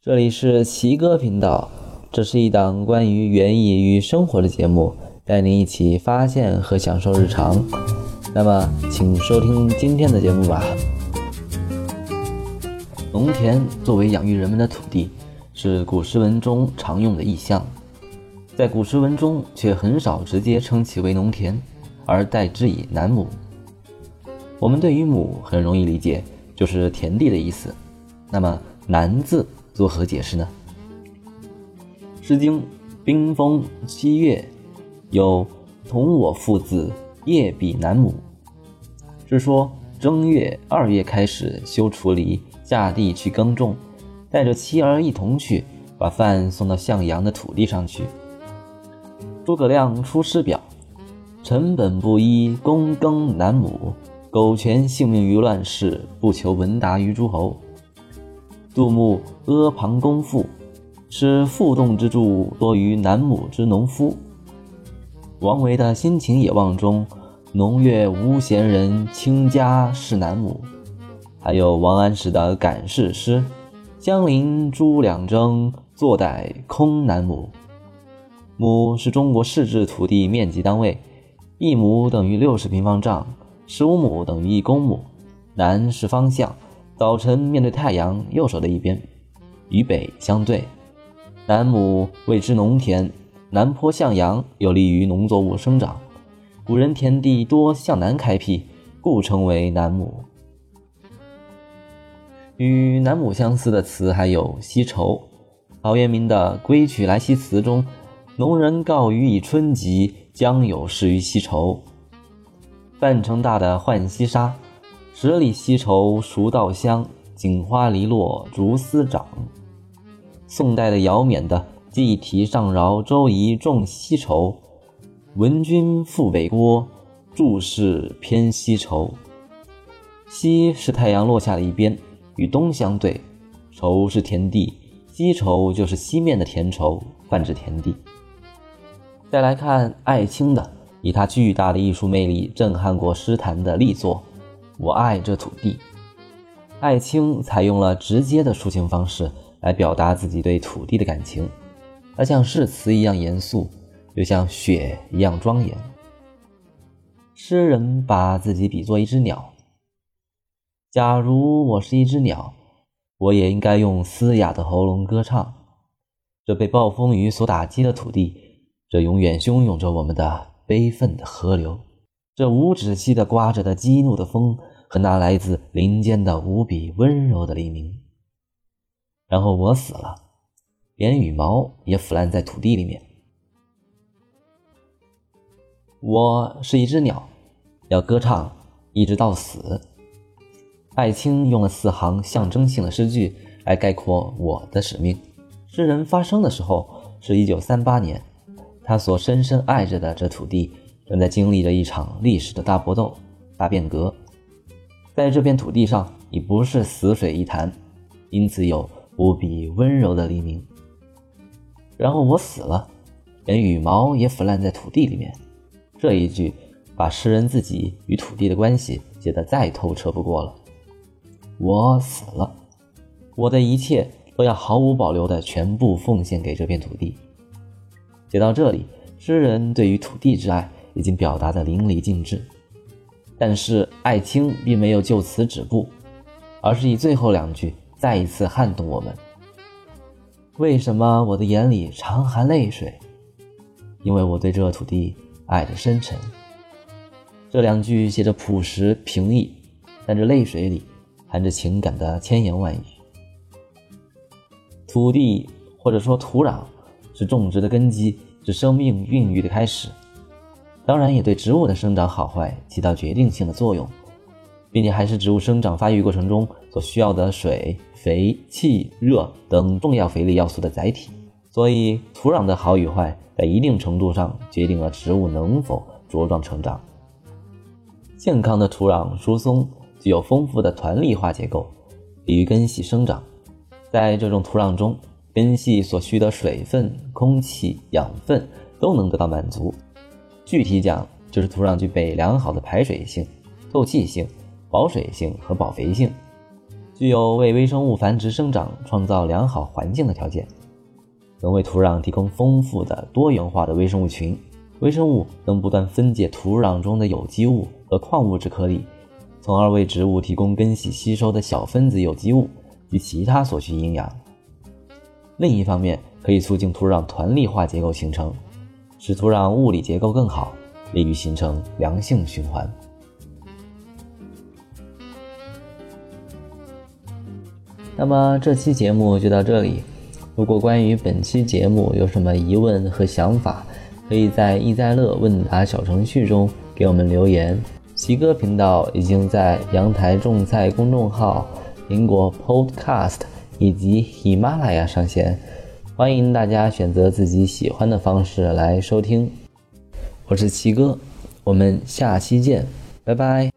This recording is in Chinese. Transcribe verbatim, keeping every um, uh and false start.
这里是奇哥频道，这是一档关于园艺与生活的节目，带您一起发现和享受日常。那么请收听今天的节目吧。农田作为养育人们的土地，是古诗文中常用的意象，在古诗文中却很少直接称其为农田，而代之以南亩。我们对于亩很容易理解，就是田地的意思。那么南字作何解释呢？诗经冰封七月有同我父子夜比南亩，是说正月二月开始修锄犁，下地去耕种，带着妻儿一同去，把饭送到向阳的土地上去。诸葛亮出师表，臣本不依躬耕南亩，苟全性命于乱世，不求闻达于诸侯。杜牧阿房宫赋，是负动之助多于南亩之农夫。王维的辛勤野望中，农月无闲人，倾家是南亩。还有王安石的感事诗，江陵朱两征，坐待空南亩。亩是中国市制土地面积单位，一亩等于六十平方丈，十五亩等于一公亩。南是方向，早晨面对太阳，右手的一边，与北相对。南亩谓之农田，南坡向阳，有利于农作物生长。古人田地多向南开辟，故称为南亩。与南亩相似的词还有西畴。陶渊明的《归去来兮辞》中，农人告余以春及，将有事于西畴。范成大的《浣溪沙》，十里西畴熟稻香，锦花篱落竹丝长。宋代的姚冕的《寄题上饶周仪种西畴，闻君赴北郭，注释偏西畴。西是太阳落下的一边，与东相对，畴是田地，西畴就是西面的田畴，泛指田地。再来看艾青的，以他巨大的艺术魅力震撼过诗坛的力作《我爱这土地》。艾青采用了直接的抒情方式来表达自己对土地的感情，它像誓词一样严肃，又像雪一样庄严。诗人把自己比作一只鸟，假如我是一只鸟，我也应该用嘶哑的喉咙歌唱。这被暴风雨所打击的土地，这永远汹涌着我们的悲愤的河流，这无止息地刮着的激怒的风，和那来自林间的无比温柔的黎明。然后我死了，连羽毛也腐烂在土地里面。我是一只鸟，要歌唱一直到死。艾青用了四行象征性的诗句来概括我的使命。诗人发生的时候是一九三八年，他所深深爱着的这土地正在经历着一场历史的大搏斗、大变革。在这片土地上已不是死水一潭，因此有无比温柔的黎明。然后我死了，连羽毛也腐烂在土地里面。这一句把诗人自己与土地的关系写得再透彻不过了。我死了，我的一切都要毫无保留地全部奉献给这片土地。写到这里，诗人对于土地之爱已经表达得淋漓尽致。但是艾青并没有就此止步，而是以最后两句再一次撼动我们。为什么我的眼里常含泪水？因为我对这土地爱得深沉。这两句写着朴实平易，但这泪水里含着情感的千言万语。土地或者说土壤是种植的根基，是生命孕育的开始，当然也对植物的生长好坏起到决定性的作用，并且还是植物生长发育过程中所需要的水、肥、气、热等重要肥力要素的载体。所以土壤的好与坏在一定程度上决定了植物能否茁壮成长。健康的土壤疏松，具有丰富的团粒化结构，利于根系生长。在这种土壤中，根系所需的水分、空气、养分都能得到满足。具体讲，就是土壤具备良好的排水性、透气性、保水性和保肥性。 具有为微生物繁殖生长创造良好环境的条件，能为土壤提供丰富的多元化的微生物群。微生物能不断分解土壤中的有机物和矿物质颗粒，从而为植物提供根系吸收的小分子有机物及其他所需营养。另一方面，可以促进土壤团粒化结构形成，使土壤物理结构更好，利于形成良性循环。那么这期节目就到这里，如果关于本期节目有什么疑问和想法，可以在易在乐问答小程序中给我们留言。奇哥频道已经在阳台种菜公众号、苹果 Podcast 以及喜马拉雅上线，欢迎大家选择自己喜欢的方式来收听。我是奇哥，我们下期见，拜拜。